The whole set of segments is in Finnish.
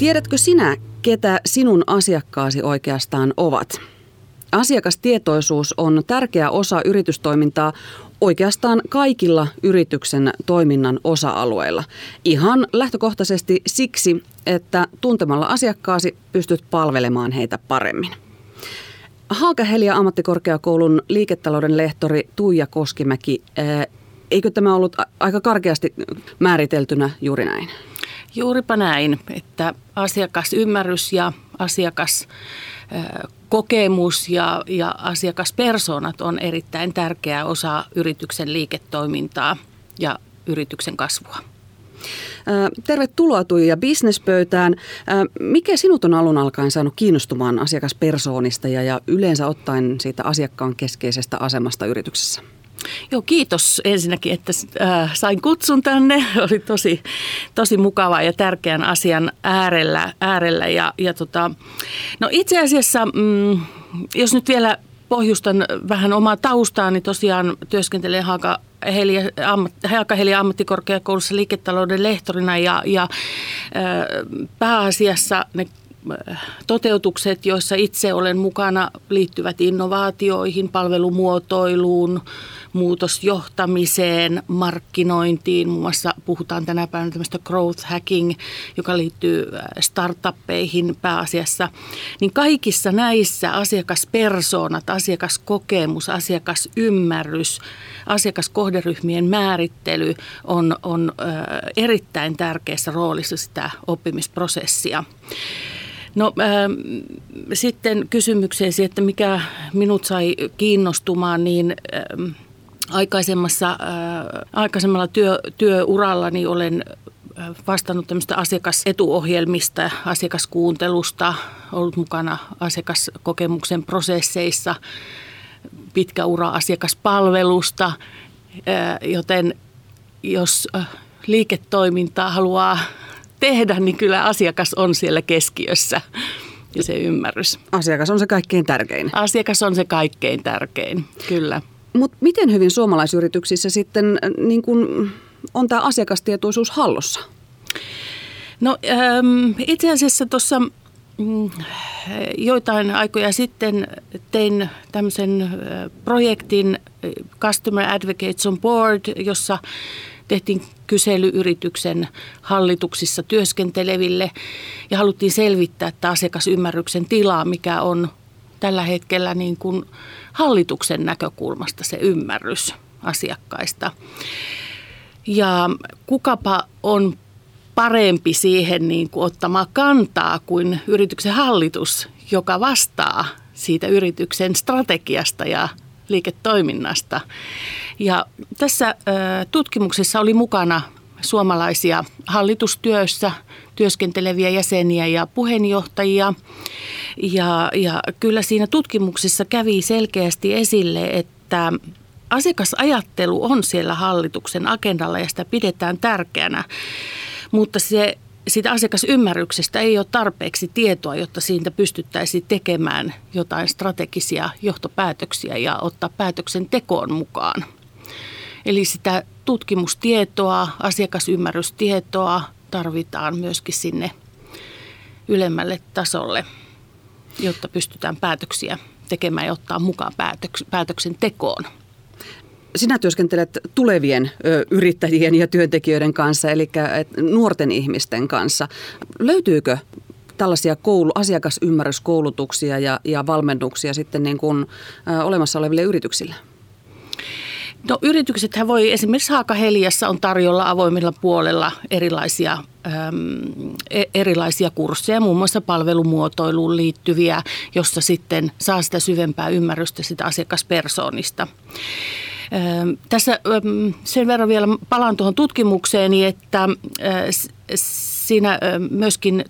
Tiedätkö sinä, ketä sinun asiakkaasi oikeastaan ovat? Asiakastietoisuus on tärkeä osa yritystoimintaa oikeastaan kaikilla yrityksen toiminnan osa-alueilla. Ihan lähtökohtaisesti siksi, että tuntemalla asiakkaasi pystyt palvelemaan heitä paremmin. Haaga-Helia ammattikorkeakoulun liiketalouden lehtori Tuija Koskimäki, eikö tämä ollut aika karkeasti määriteltynä juuri näin? Juuripa näin, että asiakasymmärrys ja asiakaskokemus ja asiakaspersoonat on erittäin tärkeä osa yrityksen liiketoimintaa ja yrityksen kasvua. Tervetuloa Tuija Businesspöytään. Mikä sinut on alun alkaen saanut kiinnostumaan asiakaspersoonista ja yleensä ottaen siitä asiakkaan keskeisestä asemasta yrityksessä? Joo, kiitos ensinnäkin, että sain kutsun tänne. Oli tosi mukavaa ja tärkeän asian äärellä. No itse asiassa, jos nyt vielä pohjustan vähän omaa taustaani, niin tosiaan työskentelen Haaga-Helia ammattikorkeakoulussa liiketalouden lehtorina ja pääasiassa ne toteutukset, joissa itse olen mukana, liittyvät innovaatioihin, palvelumuotoiluun, muutosjohtamiseen, markkinointiin. Muun muassa puhutaan tänä päivänä tämmöistä growth hacking, joka liittyy startuppeihin pääasiassa. Niin kaikissa näissä asiakaspersoonat, asiakaskokemus, asiakasymmärrys, asiakaskohderyhmien määrittely on erittäin tärkeässä roolissa sitä oppimisprosessia. No sitten kysymykseesi, että mikä minut sai kiinnostumaan, niin aikaisemmalla työurallani olen vastannut tämmöistä asiakasetuohjelmista, asiakaskuuntelusta, ollut mukana asiakaskokemuksen prosesseissa, pitkä ura asiakaspalvelusta, joten jos liiketoimintaa haluaa tehdä, niin kyllä asiakas on siellä keskiössä ja se ymmärrys. Asiakas on se kaikkein tärkein. Asiakas on se kaikkein tärkein, kyllä. Mutta miten hyvin suomalaisyrityksissä sitten niin kun on tämä asiakastietoisuus hallussa? No itse asiassa tuossa joitain aikoja sitten tein tämmöisen projektin Customer Advocates on Board, jossa tehtiin kysely yrityksen hallituksissa työskenteleville ja haluttiin selvittää tämä asiakasymmärryksen tila, mikä on tällä hetkellä niin kuin hallituksen näkökulmasta se ymmärrys asiakkaista. Ja kukapa on parempi siihen niin kuin ottamaan kantaa kuin yrityksen hallitus, joka vastaa siitä yrityksen strategiasta ja liiketoiminnasta. Ja tässä tutkimuksessa oli mukana suomalaisia hallitustyössä työskenteleviä jäseniä ja puheenjohtajia. Ja kyllä siinä tutkimuksessa kävi selkeästi esille, että asiakasajattelu on siellä hallituksen agendalla ja sitä pidetään tärkeänä, mutta siitä asiakasymmärryksestä ei ole tarpeeksi tietoa, jotta siitä pystyttäisiin tekemään jotain strategisia johtopäätöksiä ja ottaa päätöksentekoon mukaan. Eli sitä tutkimustietoa, asiakasymmärrystietoa tarvitaan myöskin sinne ylemmälle tasolle, jotta pystytään päätöksiä tekemään ja ottaa mukaan päätöksentekoon. Sinä työskentelet tulevien yrittäjien ja työntekijöiden kanssa, eli nuorten ihmisten kanssa. Löytyykö tällaisia asiakasymmärryskoulutuksia ja valmennuksia sitten niin kuin olemassa oleville yrityksille? No yrityksethän voi, esimerkiksi Haaga-Heliassa on tarjolla avoimella puolella erilaisia kursseja, muun muassa palvelumuotoiluun liittyviä, jossa sitten saa sitä syvempää ymmärrystä sitä asiakaspersoonista. Tässä sen verran vielä palaan tuohon tutkimukseeni, että siinä myöskin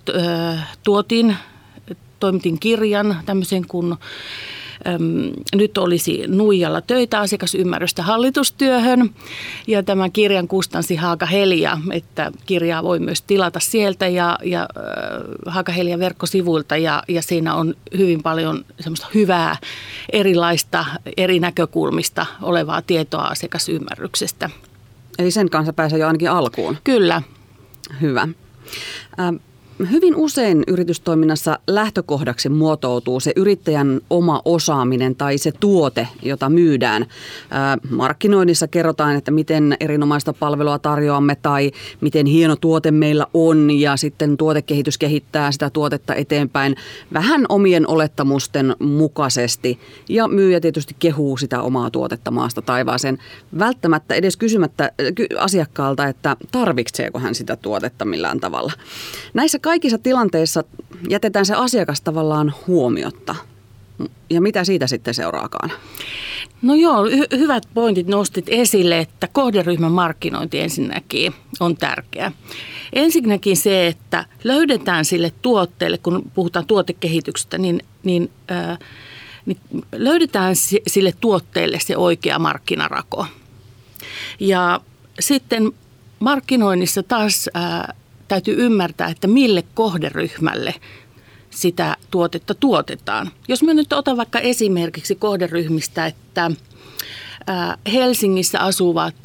toimitin kirjan tämmöisen kuin nyt olisi Nuijalla töitä asiakasymmärrystä hallitustyöhön ja tämän kirjan kustansi Haaga-Helia, että kirjaa voi myös tilata sieltä ja Haaga-Helian verkkosivuilta ja siinä on hyvin paljon semmoista hyvää erilaista eri näkökulmista olevaa tietoa asiakasymmärryksestä. Eli sen kanssa pääsee jo ainakin alkuun. Kyllä. Hyvä. Hyvin usein yritystoiminnassa lähtökohdaksi muotoutuu se yrittäjän oma osaaminen tai se tuote, jota myydään. Markkinoinnissa kerrotaan, että miten erinomaista palvelua tarjoamme tai miten hieno tuote meillä on, ja sitten tuotekehitys kehittää sitä tuotetta eteenpäin vähän omien olettamusten mukaisesti, ja myyjä tietysti kehuu sitä omaa tuotetta maasta taivaaseen välttämättä edes kysymättä asiakkaalta, että tarvitseeko hän sitä tuotetta millään tavalla. Näissä kaikissa tilanteissa jätetään se asiakas tavallaan huomiotta. Ja mitä siitä sitten seuraakaan? No joo, hyvät pointit nostit esille, että kohderyhmän markkinointi ensinnäkin on tärkeä. Ensinnäkin se, että löydetään sille tuotteelle, kun puhutaan tuotekehityksestä, niin löydetään sille tuotteelle se oikea markkinarako. Ja sitten markkinoinnissa taas täytyy ymmärtää, että mille kohderyhmälle sitä tuotetta tuotetaan. Jos mä nyt otan vaikka esimerkiksi kohderyhmistä, että Helsingissä asuvat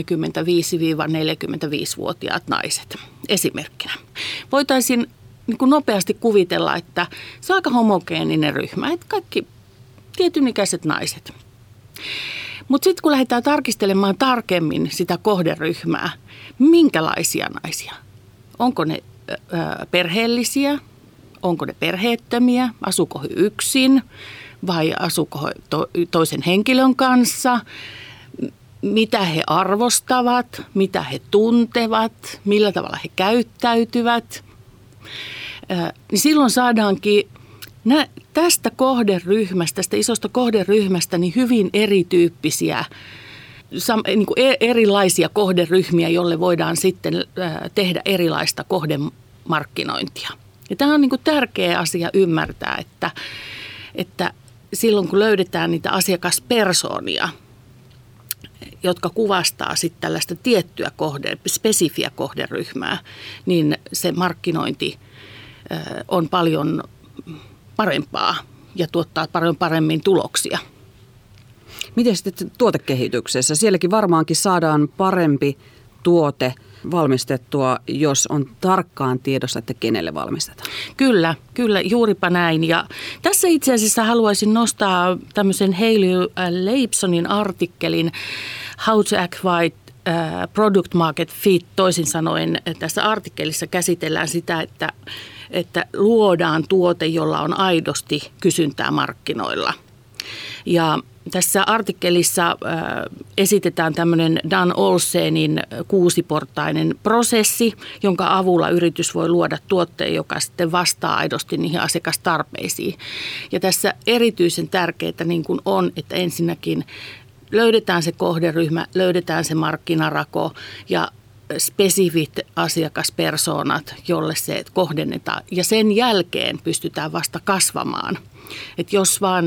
35-45-vuotiaat naiset esimerkkinä. Voitaisiin niin kuin nopeasti kuvitella, että se on aika homogeeninen ryhmä, että kaikki tietynikäiset naiset. Mutta sitten kun lähdetään tarkistelemaan tarkemmin sitä kohderyhmää, minkälaisia naisia? Onko ne perheellisiä? Onko ne perheettömiä? Asuuko he yksin vai asuuko he toisen henkilön kanssa? Mitä he arvostavat? Mitä he tuntevat? Millä tavalla he käyttäytyvät? Niin silloin saadaankin tästä kohderyhmästä, tästä isosta kohderyhmästä, niin hyvin erityyppisiä, niin kuin erilaisia kohderyhmiä, jolle voidaan sitten tehdä erilaista kohdemarkkinointia. Ja tämä on niin kuin tärkeä asia ymmärtää, että silloin kun löydetään niitä asiakaspersoonia, jotka kuvastaa sitten tällaista tiettyä spesifiä kohderyhmää, niin se markkinointi on paljon parempaa ja tuottaa paljon paremmin tuloksia. Miten sitten tuotekehityksessä? Sielläkin varmaankin saadaan parempi tuote valmistettua, jos on tarkkaan tiedossa, että kenelle valmistetaan. Kyllä, juuripa näin. Ja tässä itse asiassa haluaisin nostaa tämmöisen Hayley Leibsonin artikkelin How to Acquire Product Market Fit. Toisin sanoen tässä artikkelissa käsitellään sitä, että luodaan tuote, jolla on aidosti kysyntää markkinoilla. Ja tässä artikkelissa esitetään tämmöinen Dan Olsenin 6-portainen prosessi, jonka avulla yritys voi luoda tuotteen, joka sitten vastaa aidosti niihin asiakastarpeisiin. Ja tässä erityisen tärkeää niin kuin on, että ensinnäkin löydetään se kohderyhmä, löydetään se markkinarako ja spesifit asiakaspersoonat, jolle se kohdennetaan. Ja sen jälkeen pystytään vasta kasvamaan. Että jos vaan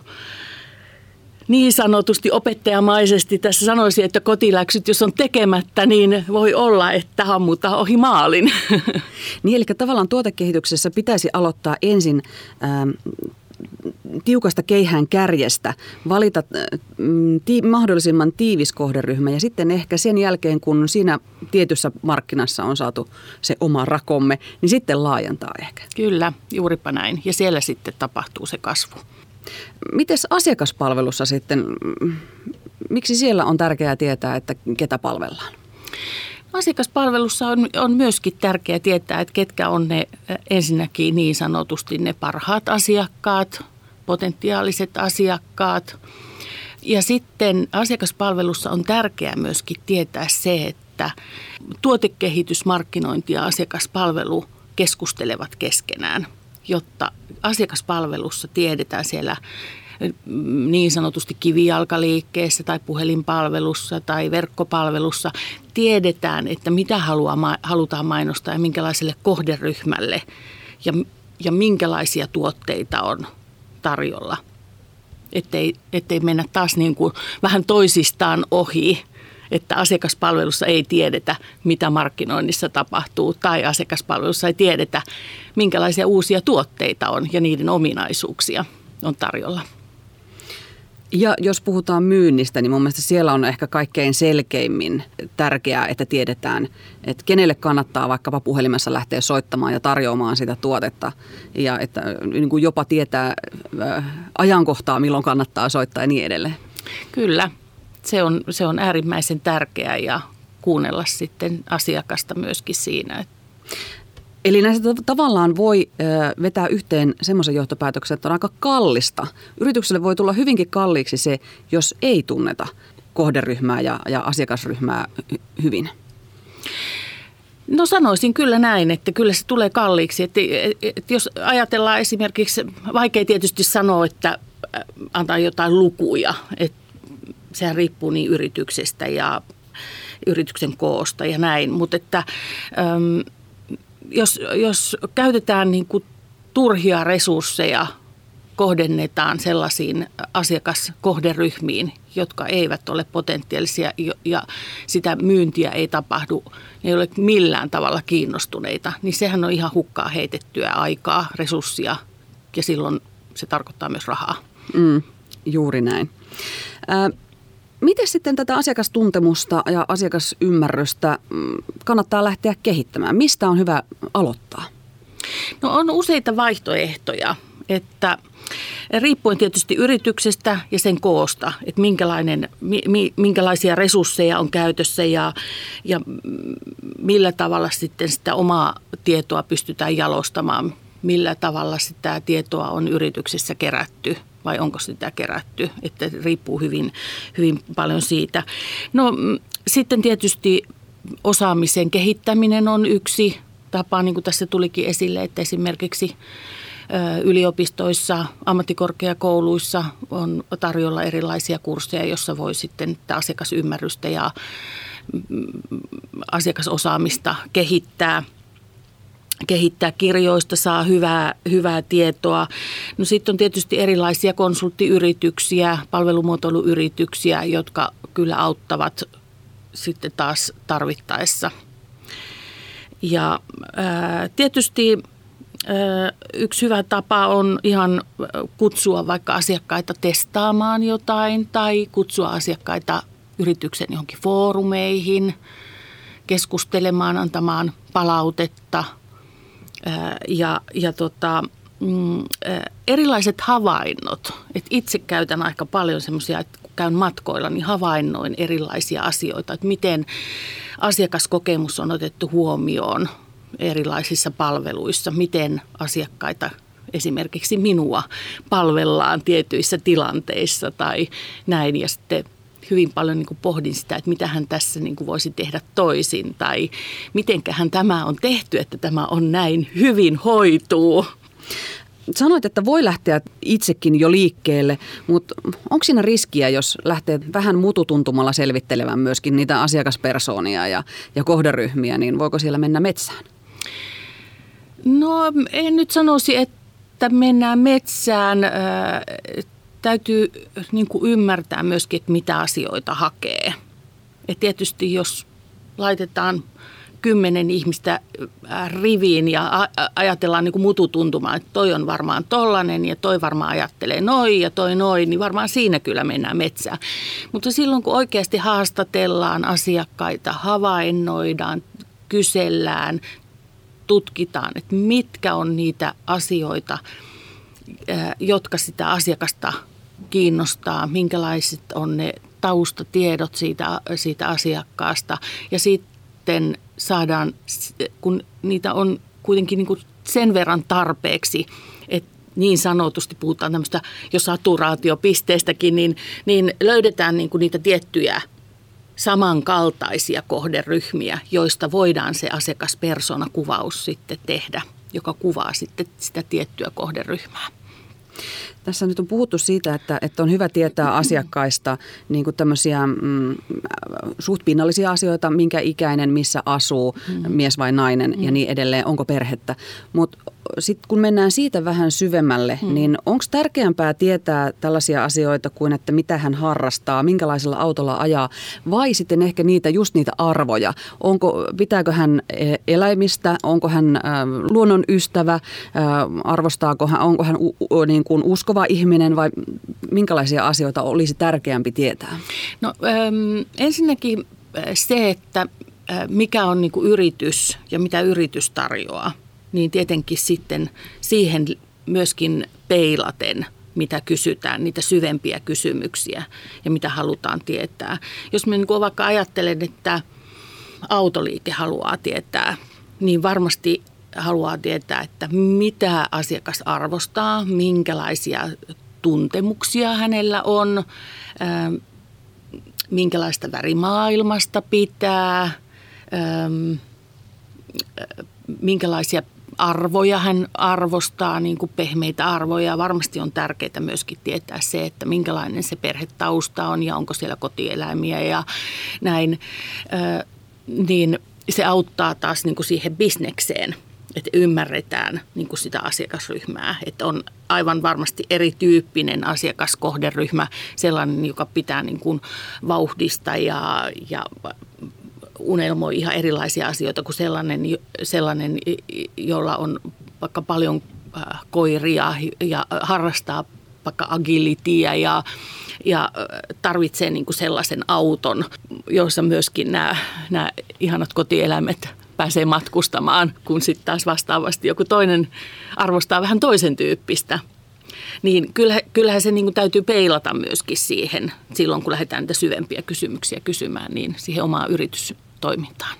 niin sanotusti opettajamaisesti tässä sanoisin, että kotiläksyt, jos on tekemättä, niin voi olla, että hammutaan ohi maalin. Niin, eli tavallaan tuotekehityksessä pitäisi aloittaa ensin tiukasta keihään kärjestä, valita mahdollisimman tiivis kohderyhmä ja sitten ehkä sen jälkeen, kun siinä tietyssä markkinassa on saatu se oma rakomme, niin sitten laajentaa ehkä. Kyllä, juuripa näin. Ja siellä sitten tapahtuu se kasvu. Mites asiakaspalvelussa sitten, miksi siellä on tärkeää tietää, että ketä palvellaan? Asiakaspalvelussa on myöskin tärkeää tietää, että ketkä on ne ensinnäkin niin sanotusti ne parhaat asiakkaat, potentiaaliset asiakkaat. Ja sitten asiakaspalvelussa on tärkeää myöskin tietää se, että tuotekehitys, markkinointi ja asiakaspalvelu keskustelevat keskenään, jotta asiakaspalvelussa tiedetään siellä niin sanotusti kivijalkaliikkeessä tai puhelinpalvelussa tai verkkopalvelussa, tiedetään, että mitä halutaan mainostaa ja minkälaiselle kohderyhmälle ja minkälaisia tuotteita on tarjolla. Ettei mennä taas niin kuin vähän toisistaan ohi, että asiakaspalvelussa ei tiedetä, mitä markkinoinnissa tapahtuu, tai asiakaspalvelussa ei tiedetä, minkälaisia uusia tuotteita on ja niiden ominaisuuksia on tarjolla. Ja jos puhutaan myynnistä, niin mun mielestä siellä on ehkä kaikkein selkeimmin tärkeää, että tiedetään, että kenelle kannattaa vaikkapa puhelimessa lähteä soittamaan ja tarjoamaan sitä tuotetta. Ja että niin kuin jopa tietää ajankohtaa, milloin kannattaa soittaa ja niin edelleen. Kyllä, se on äärimmäisen tärkeää ja kuunnella sitten asiakasta myöskin siinä. Eli näistä tavallaan voi vetää yhteen semmoisen johtopäätöksen, että on aika kallista. Yritykselle voi tulla hyvinkin kalliiksi se, jos ei tunneta kohderyhmää ja asiakasryhmää hyvin. No sanoisin kyllä näin, että kyllä se tulee kalliiksi. Että jos ajatellaan esimerkiksi, vaikea tietysti sanoa, että antaa jotain lukuja, että sehän riippuu niin yrityksestä ja yrityksen koosta ja näin, mutta että jos käytetään niin kuin turhia resursseja, kohdennetaan sellaisiin asiakaskohderyhmiin, jotka eivät ole potentiaalisia ja sitä myyntiä ei tapahdu, ne ei ole millään tavalla kiinnostuneita, niin sehän on ihan hukkaa heitettyä aikaa, resurssia ja silloin se tarkoittaa myös rahaa. Juuri näin. Miten sitten tätä asiakastuntemusta ja asiakasymmärrystä kannattaa lähteä kehittämään? Mistä on hyvä aloittaa? No on useita vaihtoehtoja, että riippuen tietysti yrityksestä ja sen koosta, että minkälaisia resursseja on käytössä ja millä tavalla sitten sitä omaa tietoa pystytään jalostamaan, millä tavalla sitä tietoa on yrityksessä kerätty. Vai onko sitä kerätty, että riippuu hyvin, hyvin paljon siitä. No sitten tietysti osaamisen kehittäminen on yksi tapa, niin kuin tässä tulikin esille, että esimerkiksi yliopistoissa, ammattikorkeakouluissa on tarjolla erilaisia kursseja, jossa voi sitten asiakasymmärrystä ja asiakasosaamista kehittää kirjoista, saa hyvää tietoa. No sitten on tietysti erilaisia konsulttiyrityksiä, palvelumuotoiluyrityksiä, jotka kyllä auttavat sitten taas tarvittaessa. Ja tietysti yksi hyvä tapa on ihan kutsua vaikka asiakkaita testaamaan jotain tai kutsua asiakkaita yrityksen johonkin foorumeihin, keskustelemaan, antamaan palautetta. Erilaiset havainnot. Et itse käytän aika paljon semmoisia, että kun käyn matkoilla, niin havainnoin erilaisia asioita, että miten asiakaskokemus on otettu huomioon erilaisissa palveluissa, miten asiakkaita, esimerkiksi minua, palvellaan tietyissä tilanteissa tai näin. Ja sitten hyvin paljon niin kuin pohdin sitä, että mitähän tässä niin kuin voisi tehdä toisin tai mitenköhän tämä on tehty, että tämä on näin hyvin hoituu. Sanoit, että voi lähteä itsekin jo liikkeelle, mutta onko siinä riskiä, jos lähtee vähän mututuntumalla selvittelemään myöskin niitä asiakaspersoonia ja kohderyhmiä, niin voiko siellä mennä metsään? No en nyt sanoisi, että mennään metsään. Täytyy niin kuin ymmärtää myöskin, että mitä asioita hakee. Et tietysti jos laitetaan 10 ihmistä riviin ja ajatellaan niin kuin mututuntumaan, että toi on varmaan tollainen ja toi varmaan ajattelee noin ja toi noin, niin varmaan siinä kyllä mennään metsään. Mutta silloin kun oikeasti haastatellaan asiakkaita, havainnoidaan, kysellään, tutkitaan, että mitkä on niitä asioita, jotka sitä asiakasta kiinnostaa, minkälaiset on ne taustatiedot siitä asiakkaasta ja sitten saadaan, kun niitä on kuitenkin niin kuin sen verran tarpeeksi, että niin sanotusti puhutaan tämmöistä jo saturaatiopisteestäkin, niin löydetään niin kuin niitä tiettyjä samankaltaisia kohderyhmiä, joista voidaan se asiakaspersoonakuvaus sitten tehdä, joka kuvaa sitten sitä tiettyä kohderyhmää. Tässä nyt on puhuttu siitä, että on hyvä tietää asiakkaista niin kuin tämmöisiä suht pinnallisia asioita, minkä ikäinen, missä asuu, mies vai nainen ja niin edelleen, onko perhettä. Mutta sitten kun mennään siitä vähän syvemmälle, niin onko tärkeämpää tietää tällaisia asioita kuin, että mitä hän harrastaa, minkälaisella autolla ajaa, vai sitten ehkä just niitä arvoja? Pitääkö hän eläimistä, onko hän luonnon ystävä, arvostaako hän, onko hän niin kuin uskova tuleva ihminen vai minkälaisia asioita olisi tärkeämpi tietää? No ensinnäkin se, että mikä on niin kuin yritys ja mitä yritys tarjoaa, niin tietenkin sitten siihen myöskin peilaten, mitä kysytään, niitä syvempiä kysymyksiä ja mitä halutaan tietää. Jos mä niin kuin vaikka ajattelen, että autoliike haluaa tietää, niin varmasti haluaa tietää, että mitä asiakas arvostaa, minkälaisia tuntemuksia hänellä on, minkälaista värimaailmasta pitää, minkälaisia arvoja hän arvostaa, niin kuin pehmeitä arvoja. Varmasti on tärkeää myöskin tietää se, että minkälainen se perhetausta on ja onko siellä kotieläimiä ja näin. Niin se auttaa taas niin kuin siihen bisnekseen, että ymmärretään niin kuin sitä asiakasryhmää. Että on aivan varmasti erityyppinen asiakaskohderyhmä, sellainen, joka pitää niin kuin vauhdista ja unelmoi ihan erilaisia asioita kuin sellainen, jolla on vaikka paljon koiria ja harrastaa vaikka agilityä ja tarvitsee niin kuin sellaisen auton, jossa myöskin nämä ihanat kotieläimet pääsee matkustamaan, kun sitten taas vastaavasti joku toinen arvostaa vähän toisen tyyppistä. Niin kyllähän se niin kuin täytyy peilata myöskin siihen, silloin kun lähdetään niitä syvempiä kysymyksiä kysymään, niin siihen omaan yritystoimintaan.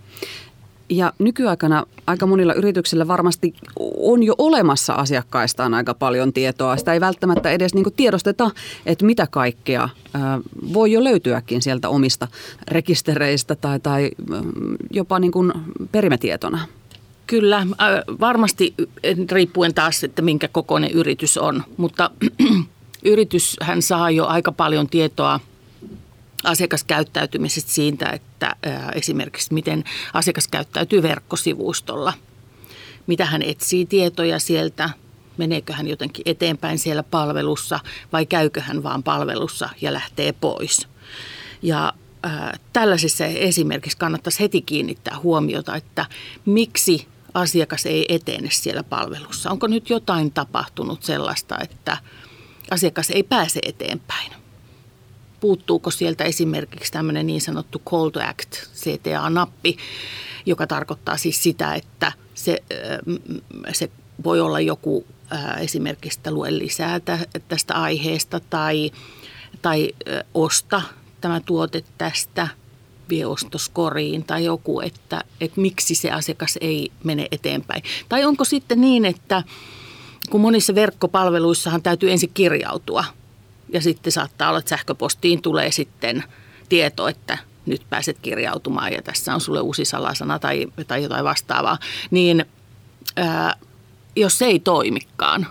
Ja nykyaikana aika monilla yrityksillä varmasti on jo olemassa asiakkaistaan aika paljon tietoa. Sitä ei välttämättä edes niin kuin tiedosteta, että mitä kaikkea voi jo löytyäkin sieltä omista rekistereistä tai jopa niin kuin perimätietona. Kyllä, varmasti riippuen taas, että minkä kokoinen yritys on, mutta yrityshän saa jo aika paljon tietoa asiakaskäyttäytymisestä siitä, että esimerkiksi miten asiakas käyttäytyy verkkosivustolla, mitä hän etsii tietoja sieltä, meneekö hän jotenkin eteenpäin siellä palvelussa vai käykö hän vaan palvelussa ja lähtee pois. Ja tällaisessa esimerkiksi kannattaisi heti kiinnittää huomiota, että miksi asiakas ei etene siellä palvelussa. Onko nyt jotain tapahtunut sellaista, että asiakas ei pääse eteenpäin? Puuttuuko sieltä esimerkiksi tämmöinen niin sanottu call to act, CTA-nappi, joka tarkoittaa siis sitä, että se voi olla joku esimerkiksi, että lue lisää tästä aiheesta tai osta tämä tuote tästä, vie ostoskoriin tai joku, että miksi se asiakas ei mene eteenpäin. Tai onko sitten niin, että kun monissa verkkopalveluissahan täytyy ensin kirjautua ja sitten saattaa olla, että sähköpostiin tulee sitten tieto, että nyt pääset kirjautumaan ja tässä on sulle uusi salasana tai jotain vastaavaa, niin jos se ei toimikaan.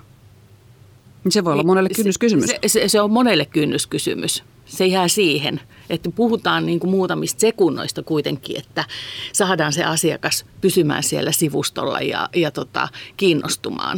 Se voi olla monelle kynnyskysymys. Se on monelle kynnyskysymys. Se jää siihen, että puhutaan niin kuin muutamista sekunnoista kuitenkin, että saadaan se asiakas pysymään siellä sivustolla ja kiinnostumaan.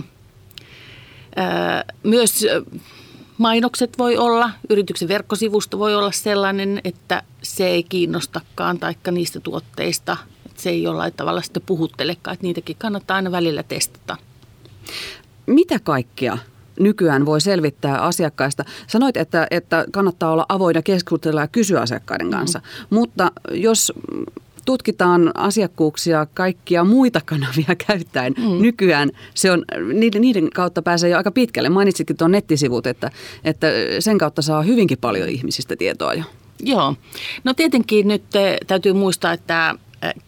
Myös mainokset voi olla, yrityksen verkkosivusto voi olla sellainen, että se ei kiinnostakaan taikka niistä tuotteista, että se ei jollain tavalla sitten puhuttelekaan, että niitäkin kannattaa aina välillä testata. Mitä kaikkea nykyään voi selvittää asiakkaista? Sanoit, että kannattaa olla avoin ja keskustella ja kysyä asiakkaiden kanssa, mutta jos tutkitaan asiakkuuksia kaikkia muita kanavia käyttäen, nykyään se on, niiden kautta pääsee jo aika pitkälle. Mainitsitkin tuon nettisivut, että sen kautta saa hyvinkin paljon ihmisistä tietoa jo. Joo, no tietenkin nyt täytyy muistaa, että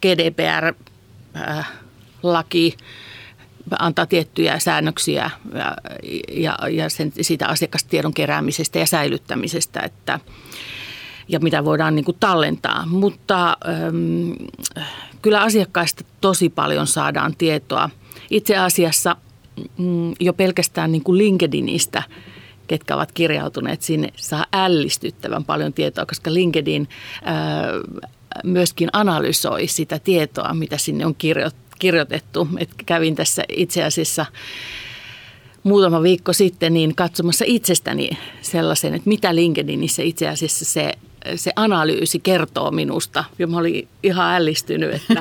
GDPR-laki antaa tiettyjä säännöksiä ja siitä asiakastiedon keräämisestä ja säilyttämisestä, ja mitä voidaan niin kuin tallentaa. Mutta kyllä asiakkaista tosi paljon saadaan tietoa. Itse asiassa jo pelkästään niin kuin LinkedInistä, ketkä ovat kirjautuneet sinne, saa ällistyttävän paljon tietoa, koska LinkedIn myöskin analysoi sitä tietoa, mitä sinne on kirjoitettu. Et kävin tässä itse asiassa muutama viikko sitten niin katsomassa itsestäni sellaisen, että mitä LinkedInissä itse asiassa se analyysi kertoo minusta. Ja mä olin ihan ällistynyt, että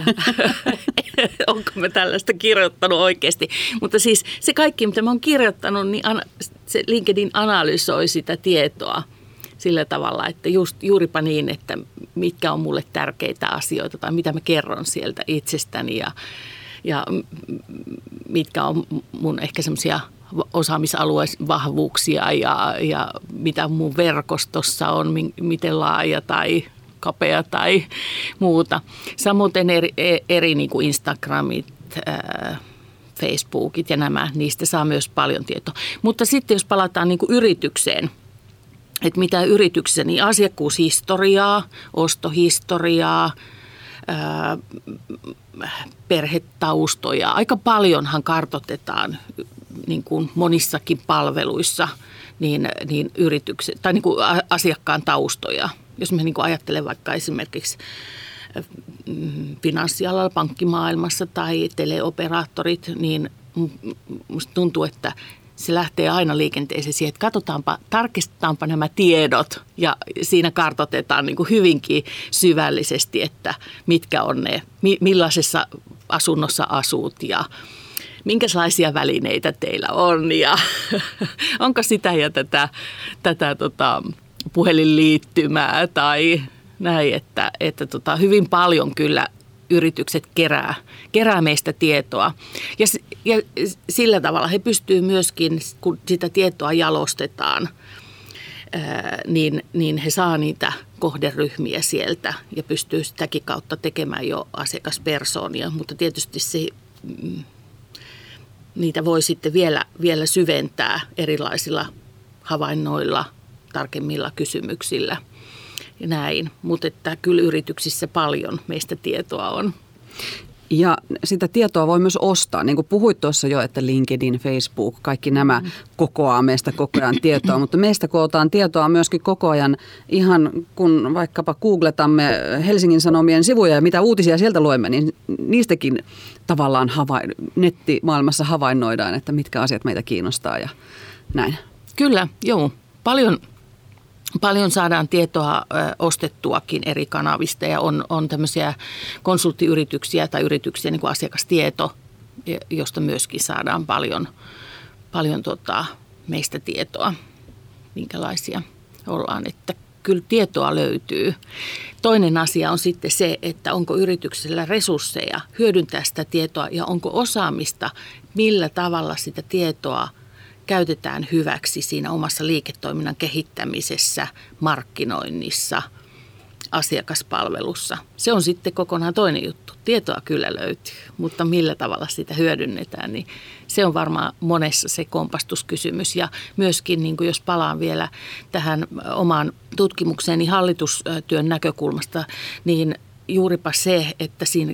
onko mä tällaista kirjoittanut oikeasti. Mutta siis se kaikki, mitä mä oon kirjoittanut, niin se LinkedIn analysoi sitä tietoa sillä tavalla, että juuripa niin, että mitkä on mulle tärkeitä asioita tai mitä mä kerron sieltä itsestäni ja mitkä on mun ehkä semmoisia osaamisalueen vahvuuksia ja mitä mun verkostossa on, miten laaja tai kapea tai muuta. Samoin eri niin kuin Instagramit, Facebookit ja niistä saa myös paljon tietoa. Mutta sitten jos palataan niin kuin yritykseen, että mitä yrityksessä, niin asiakkuushistoriaa, ostohistoriaa, perhetaustoja. Aika paljonhan kartoitetaan niin kuin monissakin palveluissa niin yritykset, tai niin kuin asiakkaan taustoja. Jos me niin kuin ajattelen vaikka esimerkiksi finanssialalla, pankkimaailmassa tai teleoperaattorit, niin musta tuntuu, että se lähtee aina liikenteeseen siihen, että tarkistetaanpa nämä tiedot ja siinä kartoitetaan niin kuin hyvinkin syvällisesti, että mitkä on ne, millaisessa asunnossa asut ja minkälaisia välineitä teillä on ja onko sitä ja tätä puhelinliittymää tai näin, että hyvin paljon kyllä yritykset kerää meistä tietoa. Ja sillä tavalla he pystyvät myöskin, kun sitä tietoa jalostetaan, niin he saa niitä kohderyhmiä sieltä ja pystyy sitäkin kautta tekemään jo asiakaspersoonia. Mutta tietysti niitä voi sitten vielä syventää erilaisilla havainnoilla, tarkemmilla kysymyksillä. Ja näin, mutta että kyllä yrityksissä paljon meistä tietoa on. Ja sitä tietoa voi myös ostaa. Niin kuin puhuit tuossa jo, että LinkedIn, Facebook, kaikki nämä kokoaa meistä koko ajan tietoa. Mutta meistä kootaan tietoa myöskin koko ajan ihan kun vaikkapa googletamme Helsingin Sanomien sivuja ja mitä uutisia sieltä luemme, niin niistäkin tavallaan nettimaailmassa havainnoidaan, että mitkä asiat meitä kiinnostaa ja näin. Kyllä, joo. Paljon saadaan tietoa ostettuakin eri kanavista ja on tämmöisiä konsulttiyrityksiä tai yrityksiä niin kuin asiakastieto, josta myöskin saadaan paljon meistä tietoa, minkälaisia ollaan, että kyllä tietoa löytyy. Toinen asia on sitten se, että onko yrityksellä resursseja hyödyntää sitä tietoa ja onko osaamista, millä tavalla sitä tietoa käytetään hyväksi siinä omassa liiketoiminnan kehittämisessä, markkinoinnissa, asiakaspalvelussa. Se on sitten kokonaan toinen juttu. Tietoa kyllä löytyy, mutta millä tavalla sitä hyödynnetään, niin se on varmaan monessa se kompastuskysymys. Ja myöskin, niin kuin jos palaan vielä tähän omaan tutkimukseen, niin hallitustyön näkökulmasta, niin juuripa se, että siinä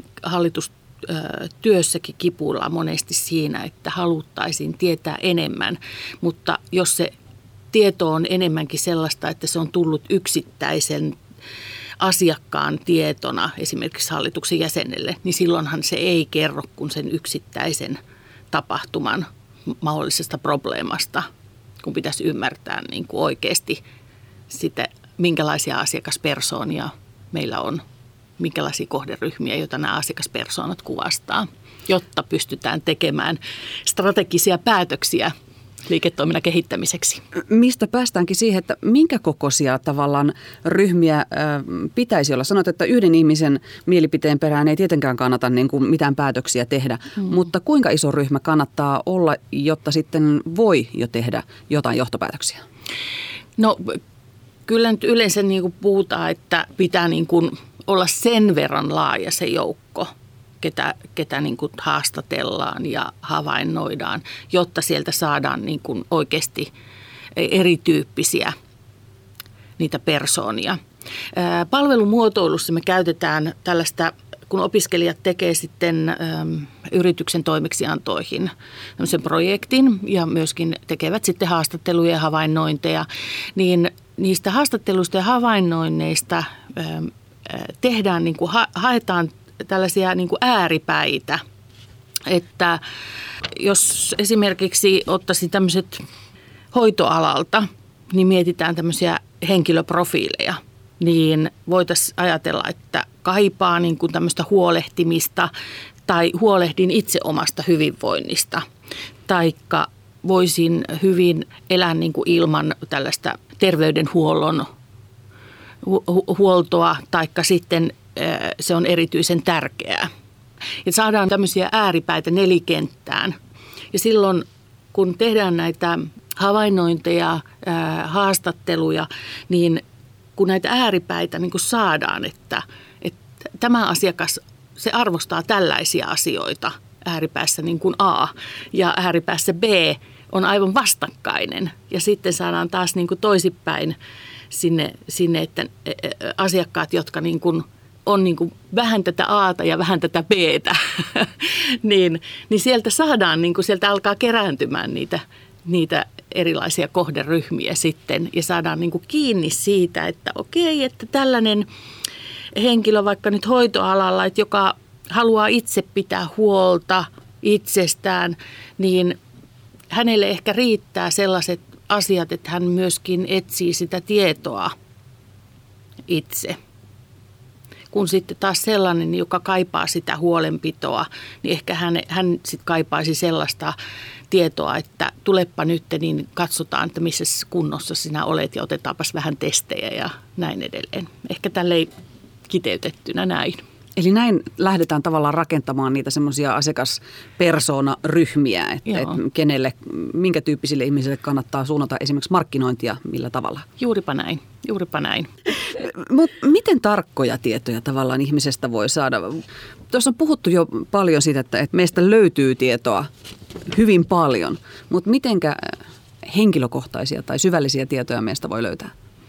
työssäkin kipuillaan monesti siinä, että haluttaisiin tietää enemmän, mutta jos se tieto on enemmänkin sellaista, että se on tullut yksittäisen asiakkaan tietona esimerkiksi hallituksen jäsenelle, niin silloinhan se ei kerro kuin sen yksittäisen tapahtuman mahdollisesta probleemasta, kun pitäisi ymmärtää niin kuin oikeasti sitä, minkälaisia asiakaspersoonia meillä on, minkälaisia kohderyhmiä, joita nämä asiakaspersoonat kuvastaa, jotta pystytään tekemään strategisia päätöksiä liiketoiminnan kehittämiseksi. Mistä päästäänkin siihen, että minkä kokoisia tavallaan ryhmiä pitäisi olla? Sanoit, että yhden ihmisen mielipiteen perään ei tietenkään kannata niin kuin mitään päätöksiä tehdä, mutta kuinka iso ryhmä kannattaa olla, jotta sitten voi jo tehdä jotain johtopäätöksiä? No kyllä nyt yleensä niin kuin puhutaan, että pitää niin kuin olla sen verran laaja se joukko, ketä niin kuin haastatellaan ja havainnoidaan, jotta sieltä saadaan niin kuin oikeasti erityyppisiä niitä persoonia. Palvelumuotoilussa me käytetään tällaista, kun opiskelijat tekee sitten yrityksen toimeksiantoihin tämmöisen projektin ja myöskin tekevät sitten haastatteluja ja havainnointeja, niin niistä haastatteluista ja havainnoinneista tehdään, niin kuin haetaan tällaisia niin kuin ääripäitä, että jos esimerkiksi ottaisi tämmöiset hoitoalalta, niin mietitään tämmöisiä henkilöprofiileja, niin voitaisiin ajatella, että kaipaa niin kuin tämmöistä huolehtimista tai huolehdin itse omasta hyvinvoinnista, taikka voisin hyvin elää niin kuin ilman tällaista terveydenhuollon huoltoa, taikka sitten se on erityisen tärkeää. Ja saadaan tämmöisiä ääripäitä nelikenttään. Ja silloin, kun tehdään näitä havainnointeja, haastatteluja, niin kun näitä ääripäitä niin kun saadaan, että tämä asiakas, se arvostaa tällaisia asioita ääripäässä niin kuin A ja ääripäässä B on aivan vastakkainen. Ja sitten saadaan taas niin kuin toisinpäin sinne, että asiakkaat, jotka niin kuin on niin kuin vähän tätä A:ta ja vähän tätä B:tä, niin sieltä saadaan, niin kuin sieltä alkaa kerääntymään niitä erilaisia kohderyhmiä sitten ja saadaan niin kuin kiinni siitä, että okei, että tällainen henkilö vaikka nyt hoitoalalla, että joka haluaa itse pitää huolta itsestään, niin hänelle ehkä riittää sellaiset asiat, että hän myöskin etsii sitä tietoa itse. Kun sitten taas sellainen, joka kaipaa sitä huolenpitoa, niin ehkä hän sitten kaipaisi sellaista tietoa, että tulepa nyt, niin katsotaan, että missä kunnossa sinä olet ja otetaanpas vähän testejä ja näin edelleen. Ehkä tälleen kiteytettynä näin. Eli näin lähdetään tavallaan rakentamaan niitä semmoisia asiakaspersoonaryhmiä, että kenelle, minkä tyyppisille ihmisille kannattaa suunnata esimerkiksi markkinointia, millä tavalla? Juuripa näin. Mutta miten tarkkoja tietoja tavallaan ihmisestä voi saada? Tuossa on puhuttu jo paljon siitä, että meistä löytyy tietoa hyvin paljon, mutta mitenkä henkilökohtaisia tai syvällisiä tietoja meistä voi löytää?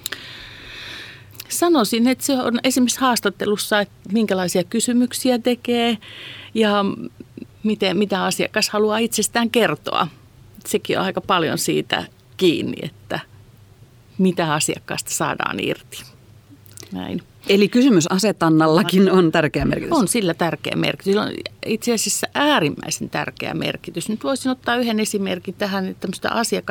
Sanoisin, että se on esimerkiksi haastattelussa, että minkälaisia kysymyksiä tekee ja mitä asiakas haluaa itsestään kertoa. Sekin on aika paljon siitä kiinni, että mitä asiakkaasta saadaan irti. Näin. Eli kysymysasetannallakin on tärkeä merkitys? On sillä tärkeä merkitys. Sillä on itse asiassa äärimmäisen tärkeä merkitys. Nyt voisin ottaa yhden esimerkin tähän tämmöistä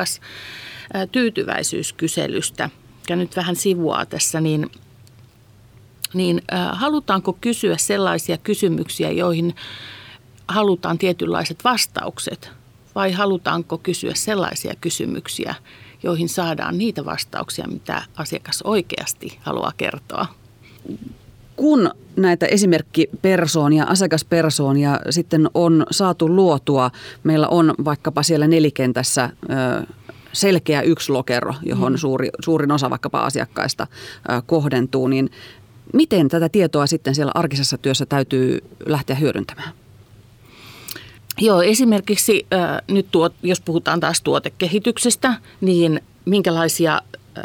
asiakastyytyväisyyskyselystä, joka nyt vähän sivuaa tässä, niin halutaanko kysyä sellaisia kysymyksiä, joihin halutaan tietynlaiset vastaukset, vai halutaanko kysyä sellaisia kysymyksiä, joihin saadaan niitä vastauksia, mitä asiakas oikeasti haluaa kertoa? Kun näitä esimerkkipersoonia, asiakaspersoonia sitten on saatu luotua, meillä on vaikkapa siellä nelikentässä selkeä yksi lokero, johon suurin osa vaikkapa asiakkaista kohdentuu, niin miten tätä tietoa sitten siellä arkisessa työssä täytyy lähteä hyödyntämään? Joo, esimerkiksi nyt jos puhutaan taas tuotekehityksestä, niin minkälaisia,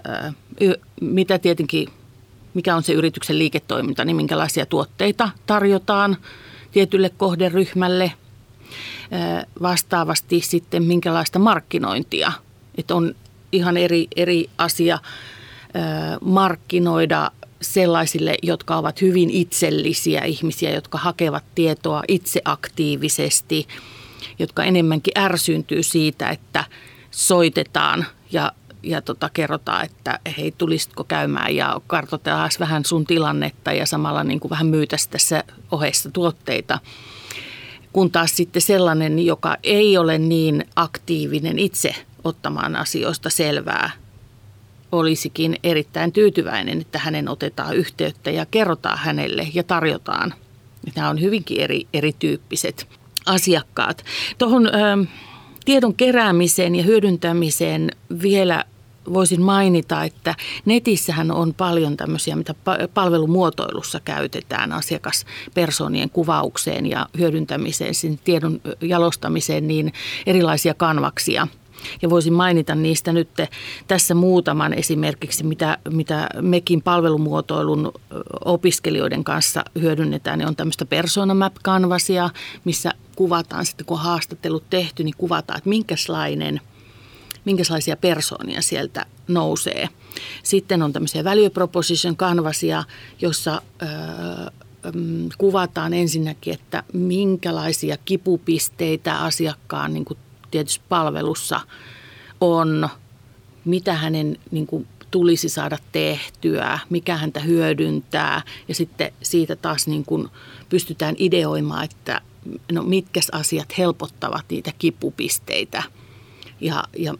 mikä on se yrityksen liiketoiminta, niin minkälaisia tuotteita tarjotaan tietylle kohderyhmälle, vastaavasti sitten minkälaista markkinointia. Että on ihan eri asia markkinoida sellaisille, jotka ovat hyvin itsellisiä ihmisiä, jotka hakevat tietoa itse aktiivisesti, jotka enemmänkin ärsyyntyy siitä, että soitetaan ja kerrotaan, että hei, tulisitko käymään ja kartoitetaan vähän sun tilannetta ja samalla niin kuin vähän myytäisiin tässä ohessa tuotteita. Kun taas sitten sellainen, joka ei ole niin aktiivinen itse ottamaan asioista selvää, olisikin erittäin tyytyväinen, että hänen otetaan yhteyttä ja kerrotaan hänelle ja tarjotaan. Nämä on hyvinkin erityyppiset asiakkaat. Tuohon tiedon keräämiseen ja hyödyntämiseen vielä voisin mainita, että netissähän on paljon tämmöisiä, mitä palvelumuotoilussa käytetään asiakaspersoonien kuvaukseen ja hyödyntämiseen, sen tiedon jalostamiseen, niin erilaisia kanvaksia. Ja voisin mainita niistä nyt tässä muutaman esimerkiksi, mitä mekin palvelumuotoilun opiskelijoiden kanssa hyödynnetään. Niin on tämmöistä persona map -kanvasia, missä kuvataan sitten, kun on haastattelut tehty, niin kuvataan, että minkälaisia persoonia sieltä nousee. Sitten on tämmöisiä value proposition -kanvasia, jossa kuvataan ensinnäkin, että minkälaisia kipupisteitä asiakkaan niin kuin tietysti palvelussa on, mitä hänen niin kuin tulisi saada tehtyä, mikä häntä hyödyntää ja sitten siitä taas niin kuin pystytään ideoimaan, että no mitkä asiat helpottavat niitä kipupisteitä ja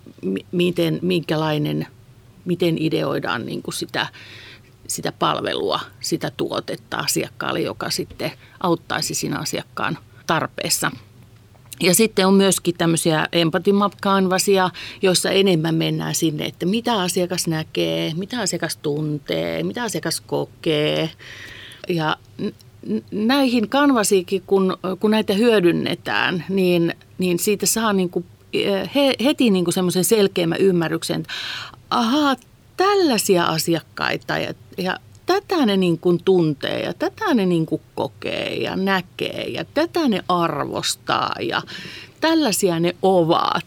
miten ideoidaan niin kuin sitä palvelua, sitä tuotetta asiakkaalle, joka sitten auttaisi siinä asiakkaan tarpeessa. Ja sitten on myöskin tämmöisiä empathy map canvasia, joissa enemmän mennään sinne, että mitä asiakas näkee, mitä asiakas tuntee, mitä asiakas kokee. Ja näihin canvasiinkin, kun näitä hyödynnetään, niin siitä saa niin kuin heti niin kuin semmoisen selkeämmän ymmärryksen, että ahaa, tällaisia asiakkaita ja tätä ne niin kuin tuntee ja tätä ne niin kuin kokee ja näkee ja tätä ne arvostaa ja tällaisia ne ovat.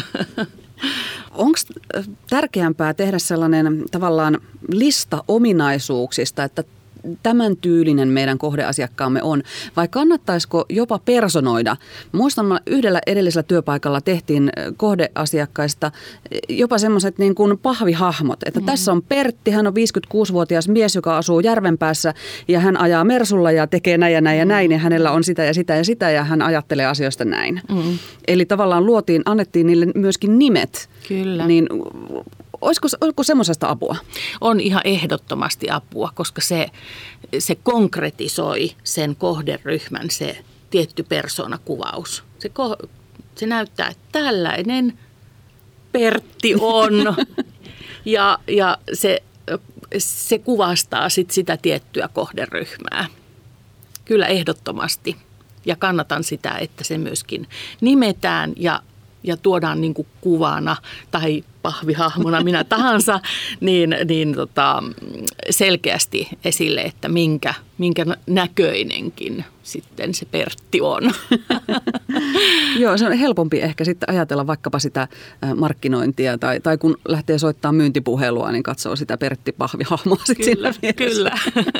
Onko tärkeämpää tehdä sellainen tavallaan lista ominaisuuksista, että tämän tyylinen meidän kohdeasiakkaamme on, vai kannattaisiko jopa personoida? Muistan, yhdellä edellisellä työpaikalla tehtiin kohdeasiakkaista jopa semmoiset niin kuin pahvihahmot, että tässä on Pertti, hän on 56-vuotias mies, joka asuu Järvenpäässä ja hän ajaa Mersulla ja tekee näin ja näin ja näin ja hänellä on sitä ja sitä ja sitä ja hän ajattelee asioista näin. Eli tavallaan annettiin niille myöskin nimet. Kyllä. Niin olisiko semmoisesta apua? On ihan ehdottomasti apua, koska se konkretisoi sen kohderyhmän, se tietty persoonakuvaus. Se näyttää, että tällainen Pertti on ja se kuvastaa sitä tiettyä kohderyhmää. Kyllä ehdottomasti. Ja kannatan sitä, että se myöskin nimetään ja tuodaan niin kuin kuvana tai pahvihahmona minä tahansa, niin selkeästi esille, että minkä näköinenkin sitten se Pertti on. Joo, se on helpompi ehkä sitten ajatella vaikkapa sitä markkinointia tai kun lähtee soittamaan myyntipuhelua, niin katsoo sitä Pertti-pahvihahmoa sitten sillä mielessä. Kyllä.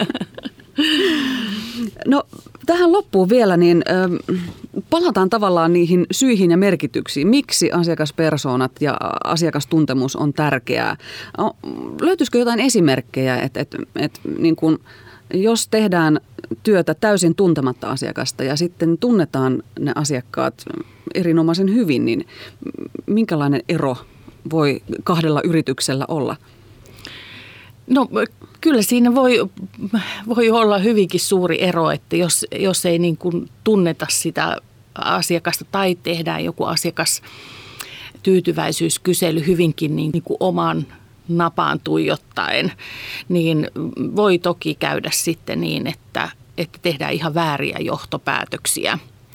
No tähän loppuun vielä, niin palataan tavallaan niihin syihin ja merkityksiin. Miksi asiakaspersoonat ja asiakastuntemus on tärkeää? Löytyisikö jotain esimerkkejä, että niin kun, jos tehdään työtä täysin tuntematta asiakasta ja sitten tunnetaan ne asiakkaat erinomaisen hyvin, niin minkälainen ero voi kahdella yrityksellä olla? No kyllä siinä voi olla hyvinkin suuri ero, että jos ei niin kuin tunneta sitä asiakasta tai tehdään joku asiakastyytyväisyyskysely hyvinkin niin kuin oman napaan tuijottaen, niin voi toki käydä sitten niin, että tehdään ihan vääriä johtopäätöksiä.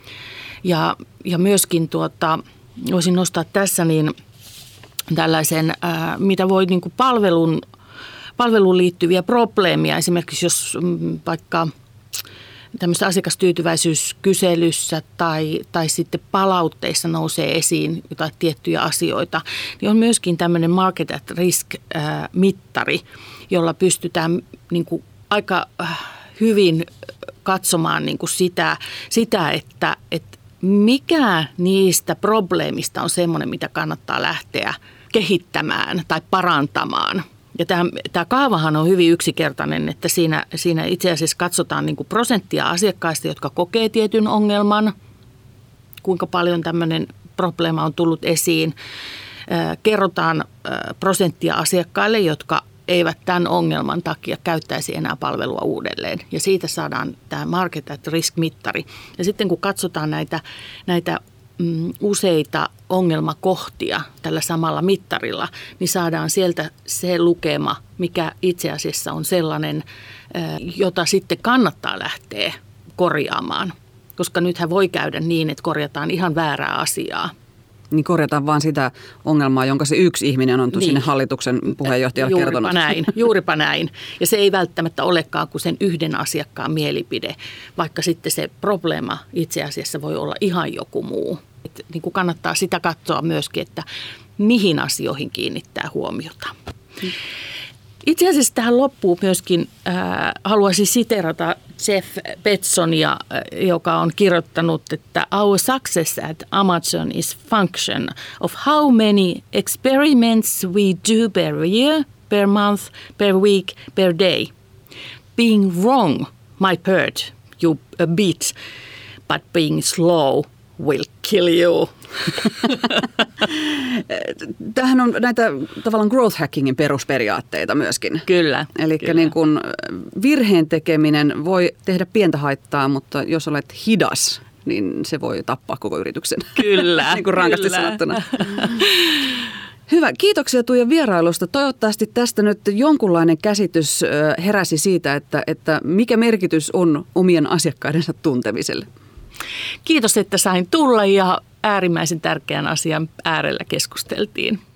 Ja myöskin voisin nostaa tässä niin tällaisen, mitä voi niin kuin palveluun liittyviä probleemia, esimerkiksi jos vaikka tämmöisessä asiakastyytyväisyyskyselyssä tai sitten palautteissa nousee esiin jotain tiettyjä asioita, niin on myöskin tämmöinen market at risk-mittari, jolla pystytään niin kuin aika hyvin katsomaan niin kuin sitä että mikä niistä probleemista on semmoinen, mitä kannattaa lähteä kehittämään tai parantamaan. Ja tämä kaavahan on hyvin yksinkertainen, että siinä itse asiassa katsotaan niin kuin prosenttia asiakkaista, jotka kokee tietyn ongelman, kuinka paljon tämmöinen probleema on tullut esiin. Kerrotaan prosenttia asiakkaille, jotka eivät tämän ongelman takia käyttäisi enää palvelua uudelleen. Ja siitä saadaan tämä market at risk-mittari. Ja sitten kun katsotaan näitä useita ongelmakohtia tällä samalla mittarilla, niin saadaan sieltä se lukema, mikä itse asiassa on sellainen, jota sitten kannattaa lähteä korjaamaan. Koska nythän voi käydä niin, että korjataan ihan väärää asiaa. Niin korjataan vaan sitä ongelmaa, jonka se yksi ihminen on sinne hallituksen puheenjohtajalle kertonut. Juuripa näin. Ja se ei välttämättä olekaan kuin sen yhden asiakkaan mielipide, vaikka sitten se probleema itse asiassa voi olla ihan joku muu. Niin kuin kannattaa sitä katsoa myöskin, että mihin asioihin kiinnittää huomiota. Itse asiassa tähän loppuun myöskin haluaisin siteerata Jeff Bezzosia, joka on kirjoittanut, että our success at Amazon is function of how many experiments we do per year, per month, per week, per day. Being wrong might hurt you a bit, but being slow will kill you. Tämähän on näitä tavallaan growth hackingin perusperiaatteita myöskin. Kyllä. Eli kyllä. niin kun virheen tekeminen voi tehdä pientä haittaa, mutta jos olet hidas, niin se voi tappaa koko yrityksen. Kyllä. Niin kuin rankasti sanottuna. Hyvä. Kiitoksia Tuija vierailusta. Toivottavasti tästä nyt jonkunlainen käsitys heräsi siitä, että mikä merkitys on omien asiakkaidensa tuntemiselle. Kiitos, että sain tulla ja äärimmäisen tärkeän asian äärellä keskusteltiin.